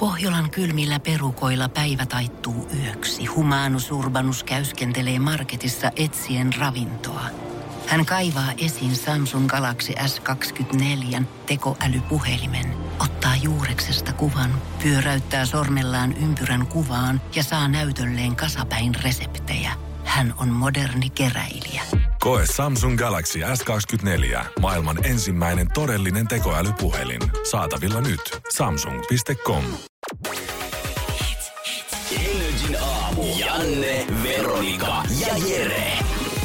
Pohjolan kylmillä perukoilla päivä taittuu yöksi. Humanus Urbanus käyskentelee marketissa etsien ravintoa. Hän kaivaa esiin Samsung Galaxy S24 tekoälypuhelimen, ottaa juureksesta kuvan, pyöräyttää sormellaan ympyrän kuvaan ja saa näytölleen kasapäin reseptejä. Hän on moderni keräilijä. Koe Samsung Galaxy S24. Maailman ensimmäinen todellinen tekoälypuhelin. Saatavilla nyt. Samsung.com. Energin aamu. Janne, Veronika ja Jere.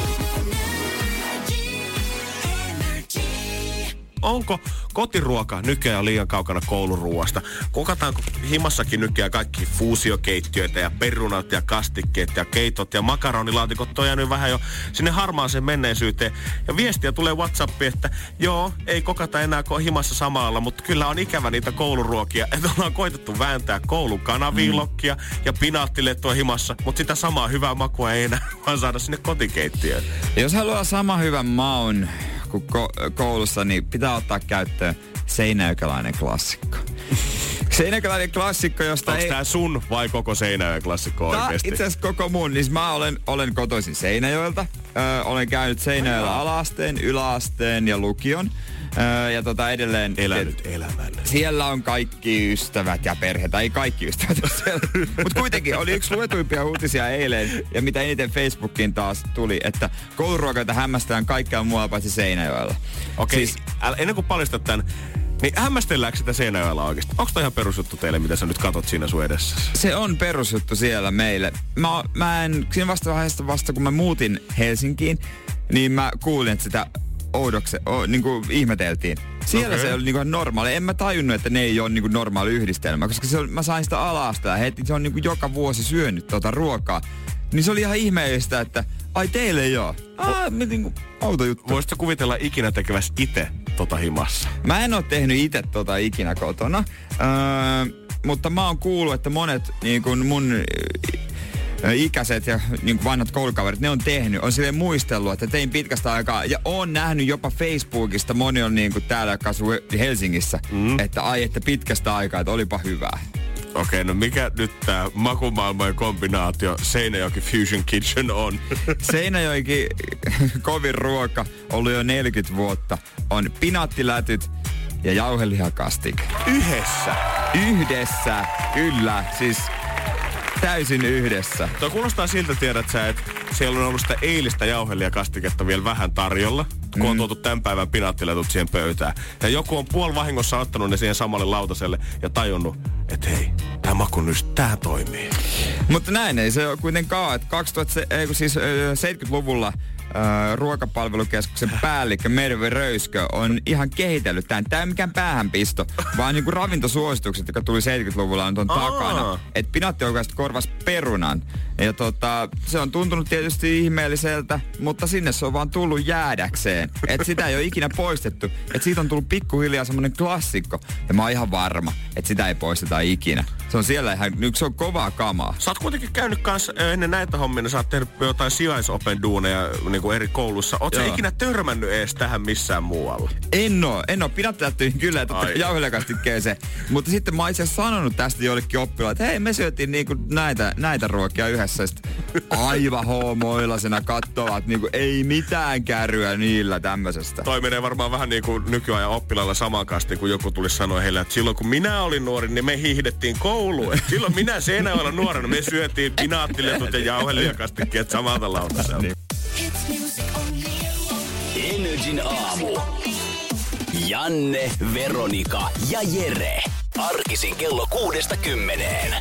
Onko kotiruoka nykyään liian kaukana kouluruuasta? Kokataan himassakin nykyään kaikki fuusiokeittiöitä ja perunat ja kastikkeet ja keitot ja makaronilaatikot on jäänyt vähän jo sinne harmaaseen menneisyyteen. Ja viestiä tulee WhatsAppiin, että joo, ei kokata enää himassa samalla, mutta kyllä on ikävä niitä kouluruokia. Että ollaan koitettu vääntää koulun kanaviilokkia ja pinaattilettua himassa, mutta sitä samaa hyvää makua ei enää vaan saada sinne kotikeittiöön. Jos haluaa sama hyvän maun kuin koulussa, niin pitää ottaa käyttöön seinäjokilainen klassikko. Seinäjokilainen klassikko, josta onks tää sun vai koko Seinäjoen klassikko oikeesti? Itse asiassa koko mun. Niin mä olen kotoisin Seinäjoelta. Olen käynyt Seinäjoella ala-asteen, yläasteen ja lukion. Ja edelleen... Elänyt elämän. Siellä on kaikki ystävät ja perhe, tai ei kaikki ystävät siellä. Mutta kuitenkin oli yksi luetuimpia uutisia eilen, ja mitä eniten Facebookiin taas tuli, että kouluruokaita hämmästellään kaikkea muualla paitsi Seinäjoella. Okei, siis, ennen kuin paljastat tän, niin hämmästelläänkö sitä Seinäjoella oikeasti? Onko tämä ihan perusjuttu teille, mitä sä nyt katot siinä sun edessä? Se on perusjuttu siellä meille. Mä en, siinä vasta kun mä muutin Helsinkiin, niin mä kuulin, että sitä niinku ihmeteltiin. Siellä se oli niinku normaali. En mä tajunnut, että ne ei ole niinku normaali yhdistelmä, koska mä sain sitä alasta ja heti se on niinku joka vuosi syönyt ruokaa. Niin se oli ihan ihmeellistä, että ai teille ei oo. Niinku outo juttu. Voisitko kuvitella ikinä tekeväsi itse himassa? Mä en oo tehnyt itse ikinä kotona. Mutta mä oon kuullut, että monet niinku mun ikäiset ja niin vanhat koulukaverit, ne on tehnyt, on silleen muistellut, että tein pitkästä aikaa, ja oon nähnyt jopa Facebookista, moni on niin kuin täällä kasvu Helsingissä, että pitkästä aikaa, että olipa hyvää. Okei, no mikä nyt tää makumaailmojen kombinaatio Seinäjoki Fusion Kitchen on? Seinäjoki kovin ruoka, ollut jo 40 vuotta, on pinaattilätyt ja jauhelihakastike. Yhdessä, kyllä, siis... Täysin yhdessä. Tuo kuulostaa siltä, tiedät sä, että siellä on ollut sitä eilistä jauhelijakastiketta vielä vähän tarjolla, kun on tuotu tämän päivän pinaattiletut siihen pöytään. Ja joku on puolivahingossa ottanut ne siihen samalle lautaselle ja tajunnut, että hei, tää makunys, tää toimii. Mutta näin ei se ole kuitenkaan, että 70-luvulla ruokapalvelukeskuksen päällikkö Merve Röyskö on ihan kehitellyt tämän. Tämä ei mikään päähänpisto, vaan niinku ravintosuositukset, jotka tuli 70-luvulla on ton takana. Että pinaattijoukasta korvasi perunan. Ja se on tuntunut tietysti ihmeelliseltä, mutta sinne se on vaan tullut jäädäkseen. Että sitä ei ole ikinä poistettu. Että siitä on tullut pikkuhiljaa semmonen klassikko. Ja mä oon ihan varma, että sitä ei poisteta ikinä. Se on siellä ihan, se on kovaa kamaa. Sä oot kuitenkin käynyt kans ennen näitä hommia, niin sä oot tehnyt jotain sijaisopen duuneja niinku eri koulussa. Oot sä ikinä törmännyt ees tähän missään muualla? En oo pidättäytyin kyllä, että jauhelihakastikkeeseen. Mutta sitten mä oon itse asiassa sanonut tästä jollekin oppilaalle, että hei, me syötiin niinku näitä ruokia yhdessä. Aivan hoomoilasena kattovat, niinku ei mitään kärryä niillä tämmöisestä. Toi menee varmaan vähän niin kuin nykyajan oppilailla saman kastiin, kun joku tulisi sanoa heille, että silloin kun minä olin nuori, niin me hiihdettiin kouluun. Et silloin minä Seinäjoella nuorena, me syötiin pinaattiletut ja jauhelihakastikkeet samalta lautasella. Energin aamu. Janne, Veronika ja Jere. Arkisin kello 6-10.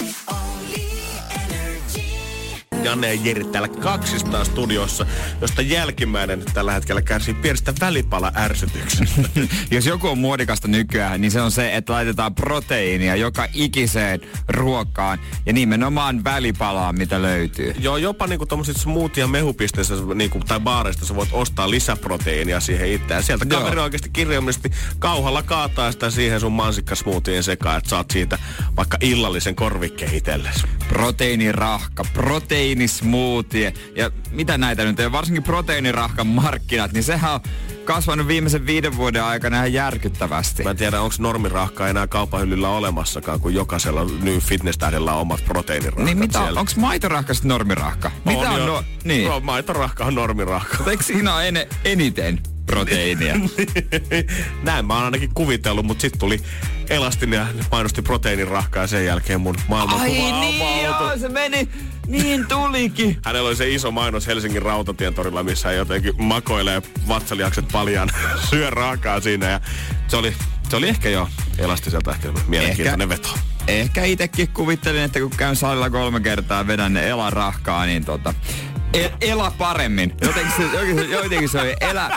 Janne ja Jere täällä kaksistaan studiossa, josta jälkimmäinen tällä hetkellä kärsii pienestä välipala-ärsytyksestä. Jos joku on muodikasta nykyään, niin se on se, että laitetaan proteiinia joka ikiseen ruokaan ja nimenomaan välipalaa, mitä löytyy. Joo, jopa niinku tommosit smoothie- ja mehupisteissä niinku, tai baareista sä voit ostaa lisäproteiinia siihen itseään. Sieltä kaveri oikeasti kirjaimellisesti kauhalla kaataa sitä siihen sun mansikkasmoothien sekaan, että saat siitä vaikka illallisen korvikkeen itsellesi. Proteiinirahka, proteiinismoothie ja mitä näitä nyt on, varsinkin proteiinirahkan markkinat, niin sehän on kasvanut viimeisen 5 vuoden aikana ihan järkyttävästi. Mä en tiedä, onko normirahkaa enää kaupahyllyllä olemassakaan, kun jokaisella nyt fitness-tähdellä on omat proteiinirahkat. Niin mitä, siellä. onko maitorahka sitten normirahka? Mitä on niin. No, maitorahka on normirahka. Mutta eikö siinä ole eniten proteiinia? Näin mä oon ainakin kuvitellut, mutta sit tuli Elastin ja mainosti proteiinirahkaa ja sen jälkeen mun maailmankuva niin joo, se meni. Niin tulikin. Hänellä oli se iso mainos Helsingin Rautatientorilla, missä jotenkin makoilee vatsalihakset paljaan, syö raakaa siinä ja se oli ehkä jo Elastiselta ehkä mielenkiintoinen veto. Ehkä itekin kuvittelin, että kun käyn salilla 3 kertaa vedän ne elarahkaa, niin Ela paremmin. Jotenkin se oli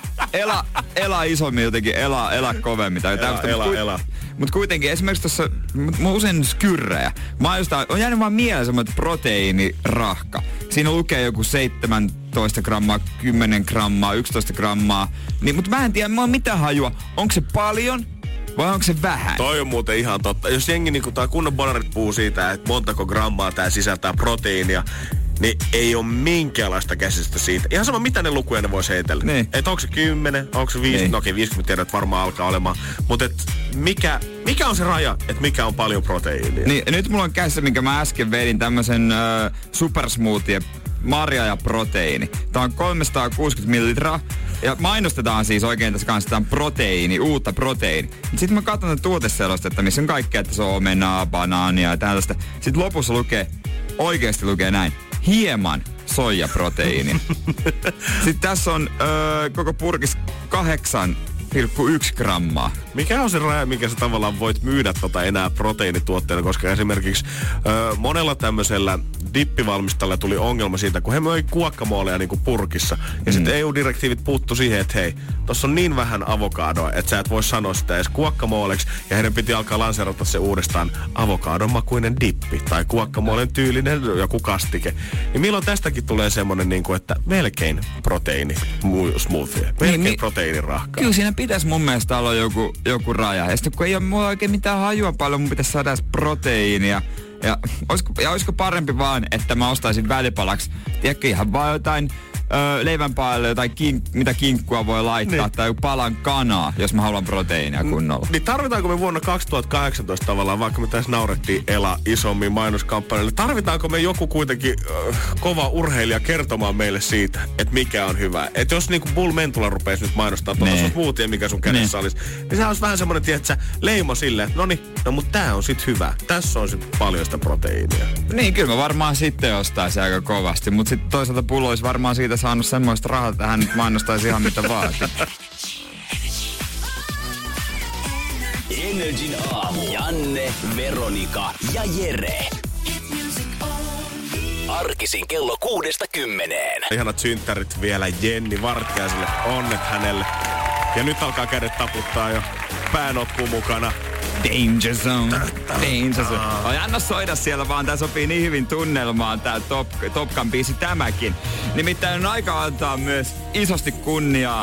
elä isommin, jotenkin elä kovemmin. Ela. Mutta kuitenkin esimerkiksi tuossa, mä usein skyrrejä. On jäänyt vaan mieleen semmoinen proteiinirahka. Siinä lukee joku 17 grammaa, 10 grammaa, 11 grammaa. Niin, mutta mä en tiedä, mä oon mitään hajua. Onko se paljon? Vai onko se vähän? Toi on muuten ihan totta. Jos jengi niin tai kunnon bonarit puhuu siitä, että montako grammaa tää sisältää proteiinia, niin ei ole minkäänlaista käsitystä siitä. Ihan sama, mitä ne lukuja ne vois heitellä. Niin. Että onko se 10, onko se 50, niin. No okei, 50 tiedät, että varmaan alkaa olemaan. Mutta mikä on se raja, että mikä on paljon proteiinia? Niin, nyt mulla on käsissä, minkä mä äsken vedin, tämmösen supersmoothie, marja ja proteiini. Tää on 360 millilitraa. Ja mainostetaan siis oikein tässä kanssa tämän uutta proteiini. Sitten mä katson tätä tuoteselostetta, missä on kaikkea, että se on omenaa, banaania ja tällaista. Sitten lopussa oikeasti lukee näin. Hieman soijaproteiinia. Sitten tässä on koko purkis 8,1 grammaa. Mikä on se raja, mikä sä tavallaan voit myydä enää proteiinituotteena, koska esimerkiksi monella tämmöisellä dippivalmistajalla tuli ongelma siitä, kun he möi guacamoleja niinku purkissa. Ja sitten EU-direktiivit puuttu siihen, että hei, tossa on niin vähän avokadoa, että sä et voi sanoa sitä edes guacamoleksi. Ja heidän piti alkaa lanseerata se uudestaan avokadon makuinen dippi tai guacamolen tyylinen joku kastike. Ja milloin tästäkin tulee semmonen niinku, että melkein proteiini smoothie, melkein proteiinirahkaa. Kyllä siinä pitäisi mun mielestä olla joku raja. Ja sitten kun ei ole mulla oikein mitään hajua paljon, mun pitäisi saada proteiinia. Ja olisiko parempi vaan, että mä ostaisin välipalaksi, tiedätkö, ihan vaan jotain leivän päälle jotain mitä kinkkua voi laittaa niin. Tai palan kanaa, jos mä haluan proteiinia kunnolla. Niin tarvitaanko me vuonna 2018 tavallaan, vaikka me tässä naurettiin Ela isommin mainoskampanjalle, tarvitaanko me joku kuitenkin kova urheilija kertomaan meille siitä, että mikä on hyvä? Että jos niinku Bull Mentula rupeisi nyt mainostaa tuolla smoothie, mikä sun kädessä olisi, niin sehän olisi vähän semmoinen, tietsä, leimo silleen, että no mut tää on sit hyvä. Tässä on sit paljon sitä proteiinia. Niin, kyllä mä varmaan sitten ostaisin aika kovasti, mutta sitten toisaalta Pullo olisi varmaan siitä saanut semmoista rahaa, että hän nyt mainostaisi ihan mitä vaatii. Energin aamu. Janne, Veronika ja Jere. Arkisin kello 6-10. Ihanat synttärit vielä Jenni Vartiaiselle. Onnet hänelle. Ja nyt alkaa kädet taputtaa jo päänotkuun mukana. Danger Zone. Danger Zone. Anna soida siellä vaan, tää sopii niin hyvin tunnelmaan tää Top Gun biisi tämäkin. Nimittäin on aika antaa myös isosti kunniaa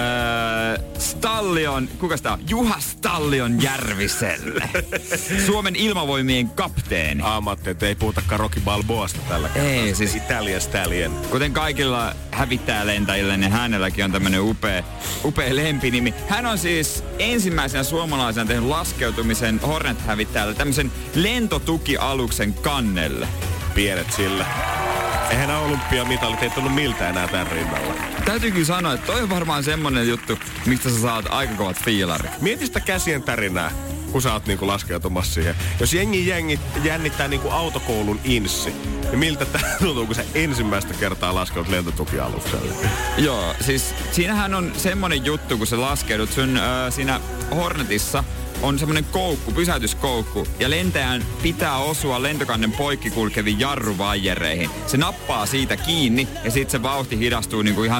Juha Stallion Järviselle. Suomen ilmavoimien kapteeni. Aamatti, että ei puhutakaan Rocky Balboasta tällä kertaa. Ei, siis Italian Stallion. Kuten kaikilla hävittäjälentäjillä, niin hänelläkin on tämmönen upea lempinimi. Hän on siis ensimmäisenä suomalaisena tehnyt laskeutumisen Hornet-hävittäjällä tämmöisen lentotukialuksen kannelle. Pienet sillä. Eihän nämä olympiamitalit ei tullut miltä enää tämän rinnalla. Täytyy kyllä sanoa, että toi on varmaan semmonen juttu, mistä sä saat aika kovat fiilarit. Mieti sitä käsien tärinää, kun sä oot niinku laskeutumassa siihen. Jos jengi jännittää niinku autokoulun inssi, niin miltä tää tuntuu, kun sä ensimmäistä kertaa laskeut lentotukialukselle? Joo, siis siinähän on semmonen juttu, kun sä laskeudut sun siinä Hornetissa, on semmoinen pysäytyskoukku, ja lentäjän pitää osua lentokannen poikki kulkeviin jarruvaijereihin. Se nappaa siitä kiinni, ja sitten se vauhti hidastuu niinku ihan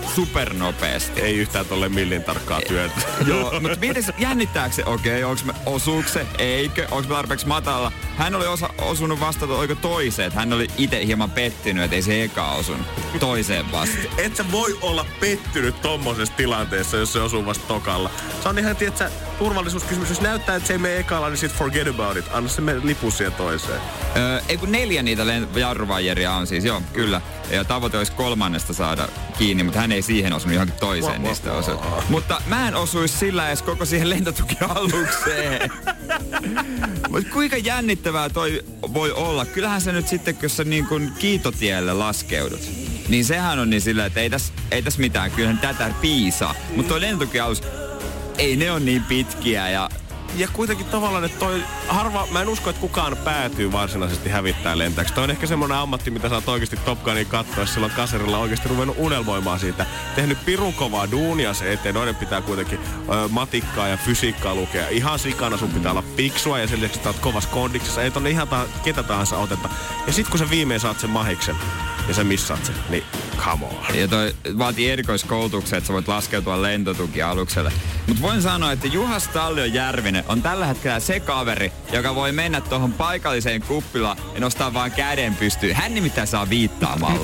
supernopeasti. Ei yhtään tolle millin tarkkaa työtä. Joo, mutta mietin, jännittääkö se? Okei, osuuko se? Eikö? Onko me tarpeeksi matalalla? Hän oli osunut vastata oiko toiseen. Hän oli itse hieman pettynyt, että ei se eka osunut toiseen vasta. Et sä voi olla pettynyt tommosessa tilanteessa, jos se osuu vasta tokalla. Se on ihan, tietsä, turvallisuuskysymys. Jos näyttää, että se ei mene ekalla, niin sit forget about it. Anna se mene lipun siihen toiseen. Ei kun 4 niitä jarruvaijeria on siis, joo, kyllä. Ja tavoite olisi 3. saada kiinni, mutta hän ei siihen osunut johonkin toiseen niistä osui. Mutta mä en osuisi sillä edes koko siihen lentotukialukseen. Mutta kuinka jännittävää toi voi olla? Kyllähän se nyt sitten, kun sä niin kuin kiitotielle laskeudut, niin sehän on niin sillä, että ei tässä mitään. Kyllähän tätä piisaa. Mutta toi lentotukialus, ei ne on niin pitkiä ja kuitenkin tavallaan, että toi harva, mä en usko, että kukaan päätyy varsinaisesti hävittää lentäksi. Toi on ehkä semmoinen ammatti, mitä sä oot oikeasti Top Gunin katsoa, jos silloin kaserilla oikeasti ruvennut unelmoimaan siitä. Tehnyt pirun kovaa duunia se eteen. Noiden pitää kuitenkin matikkaa ja fysiikkaa lukea. Ihan sikana sun pitää olla piksua ja sen lisäksi sä oot kovassa kondiksessa. Ei tonne ihan ketä tahansa oteta. Ja sit kun sä viimein saat sen mahiksen ja sä missaat sen, niin come on. Ja toi vaatii erikoiskoulutuksen, että sä voit laskeutua lentotukialukselle. Mut voin sanoa, että Juha Stallion-Järvinen on tällä hetkellä se kaveri, joka voi mennä tuohon paikalliseen kuppilaan ja nostaa vaan käden pystyyn. Hän nimittäin saa viittaamalla.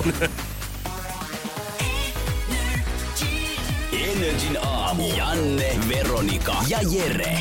Energin aamu. Janne, Veronika ja Jere.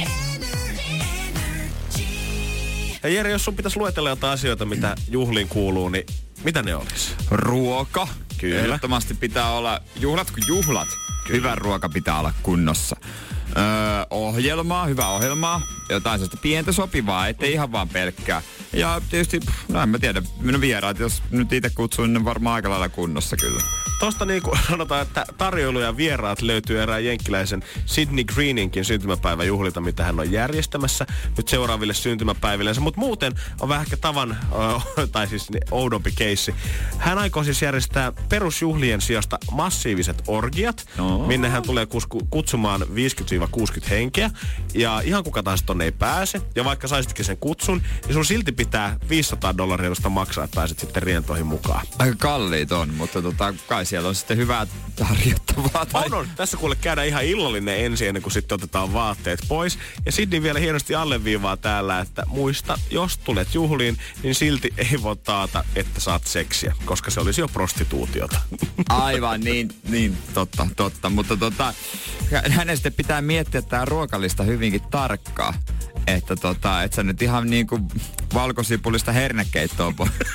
Ja Jere, jos sun pitäisi luetella jotain asioita, mitä juhliin kuuluu, niin mitä ne olisi? Ruoka. Kyllä. Ehdottomasti pitää olla, juhlat kuin juhlat, hyvä ruoka pitää olla kunnossa. Hyvää ohjelmaa, jotain sellaista pientä sopivaa, ettei ihan vaan pelkkää. Ja tietysti, no en mä tiedä, minun vieraat, jos nyt itse kutsuin, niin varmaan aika lailla kunnossa kyllä. Tosta niin kuin sanotaan, että tarjoilu ja vieraat löytyy erään jenkkiläisen Sydney Greeninkin syntymäpäiväjuhlilta, mitä hän on järjestämässä nyt seuraaville syntymäpäivillensä. Mutta muuten on vähän tavan, tai siis oudompi keissi. Hän aikoo siis järjestää perusjuhlien sijasta massiiviset orgiat, minne hän tulee kutsumaan 50-60 henkeä. Ja ihan kuka tahansa tonne ei pääse. Ja vaikka saisitkin sen kutsun, niin sun silti pitää $500 maksaa, että pääset sitten rientoihin mukaan. Aika kalliit on, mutta kai siellä on sitten hyvää tarjottavaa. On. Tässä kuule käydään ihan illallinen ensin, ennen kuin sitten otetaan vaatteet pois. Ja Sydney vielä hienosti alleviivaa täällä, että muista, jos tulet juhliin, niin silti ei voi taata, että saat seksiä, koska se olisi jo prostituutiota. Aivan, niin totta. Mutta hänen sitten pitää miettiä tää ruokalista hyvinkin tarkkaa. Että et sä nyt ihan niinku valkosipulista hernekeittoa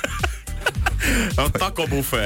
Taco buffet.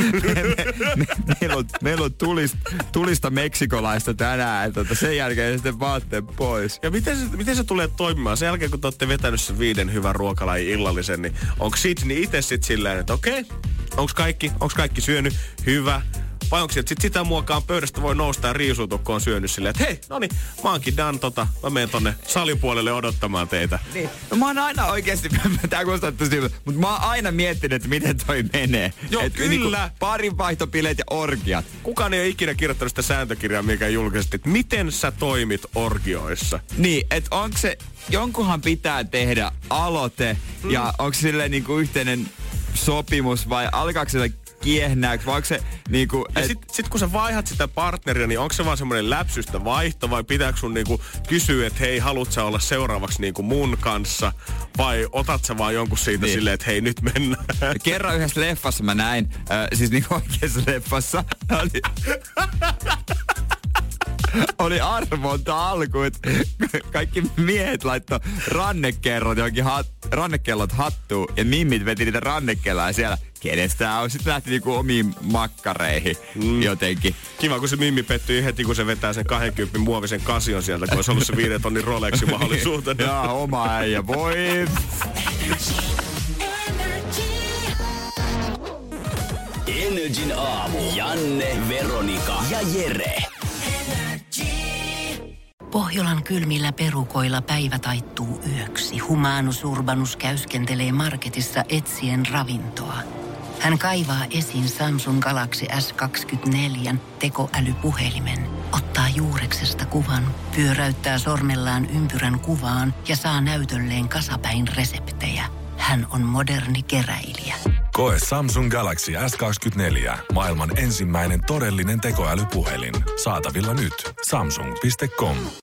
Meillä on tulista meksikolaista tänään. Sen jälkeen sitten vaatteen pois. Ja miten se tulee toimimaan? Sen jälkeen, kun te olette vetänyt sen 5 hyvän ruokalajin illallisen, niin onko Sydney itse sitten silleen, että okei, onko kaikki syönyt? Hyvä. Vai onko sieltä sitä muokaan pöydästä voi nousta ja riisuutua, kun on syönyt silleen, että hei, noniin, mä oonkin done mä menen tonne salipuolelle odottamaan teitä. Niin. No, mä oon aina oikeesti, tää kuulostaa siltä, mutta mä oon aina miettinyt, että miten toi menee. Joo, kyllä. Niinku parinvaihtopileet ja orgiat. Kukaan ei ole ikinä kirjoittanut sitä sääntökirjaa, mikä julkisesti, että miten sä toimit orgioissa. Niin, että onko se, jonkunhan pitää tehdä aloite ja onko se silleen niinku yhteinen sopimus vai alkaako se kiehnääks, vai onko se niinku... Ja sit kun sä vaihdat sitä partneria, niin onko se vaan semmoinen läpsystä vaihto, vai pitääkö sun niinku kysyä, että hei, haluut sä olla seuraavaksi niinku mun kanssa, vai otat sä vaan jonkun siitä silleen, että hei, nyt mennään. Kerran yhdessä leffassa mä näin, siis niinku oikeassa leffassa, oli arvonta alku, että kaikki miehet laittoi rannekellot hattuun ja mimmit veti niitä rannekelloja siellä. Kenestä on? Sitten lähti niinku omiin makkareihin jotenkin. Kiva, kun se mimmi pettyi heti, kun se vetää sen 20 muovisen kasion sieltä, kun olisi ollut se 5 tonnin Rolexin mahdollisuutena. Jaa, oma äijä, voi. Energin aamu. Janne, Veronika ja Jere. Pohjolan kylmillä perukoilla päivä taittuu yöksi. Humanus Urbanus käyskentelee marketissa etsien ravintoa. Hän kaivaa esiin Samsung Galaxy S24 tekoälypuhelimen, ottaa juureksesta kuvan, pyöräyttää sormellaan ympyrän kuvaan ja saa näytölleen kasapäin reseptejä. Hän on moderni keräilijä. Koe Samsung Galaxy S24. Maailman ensimmäinen todellinen tekoälypuhelin. Saatavilla nyt. Samsung.com.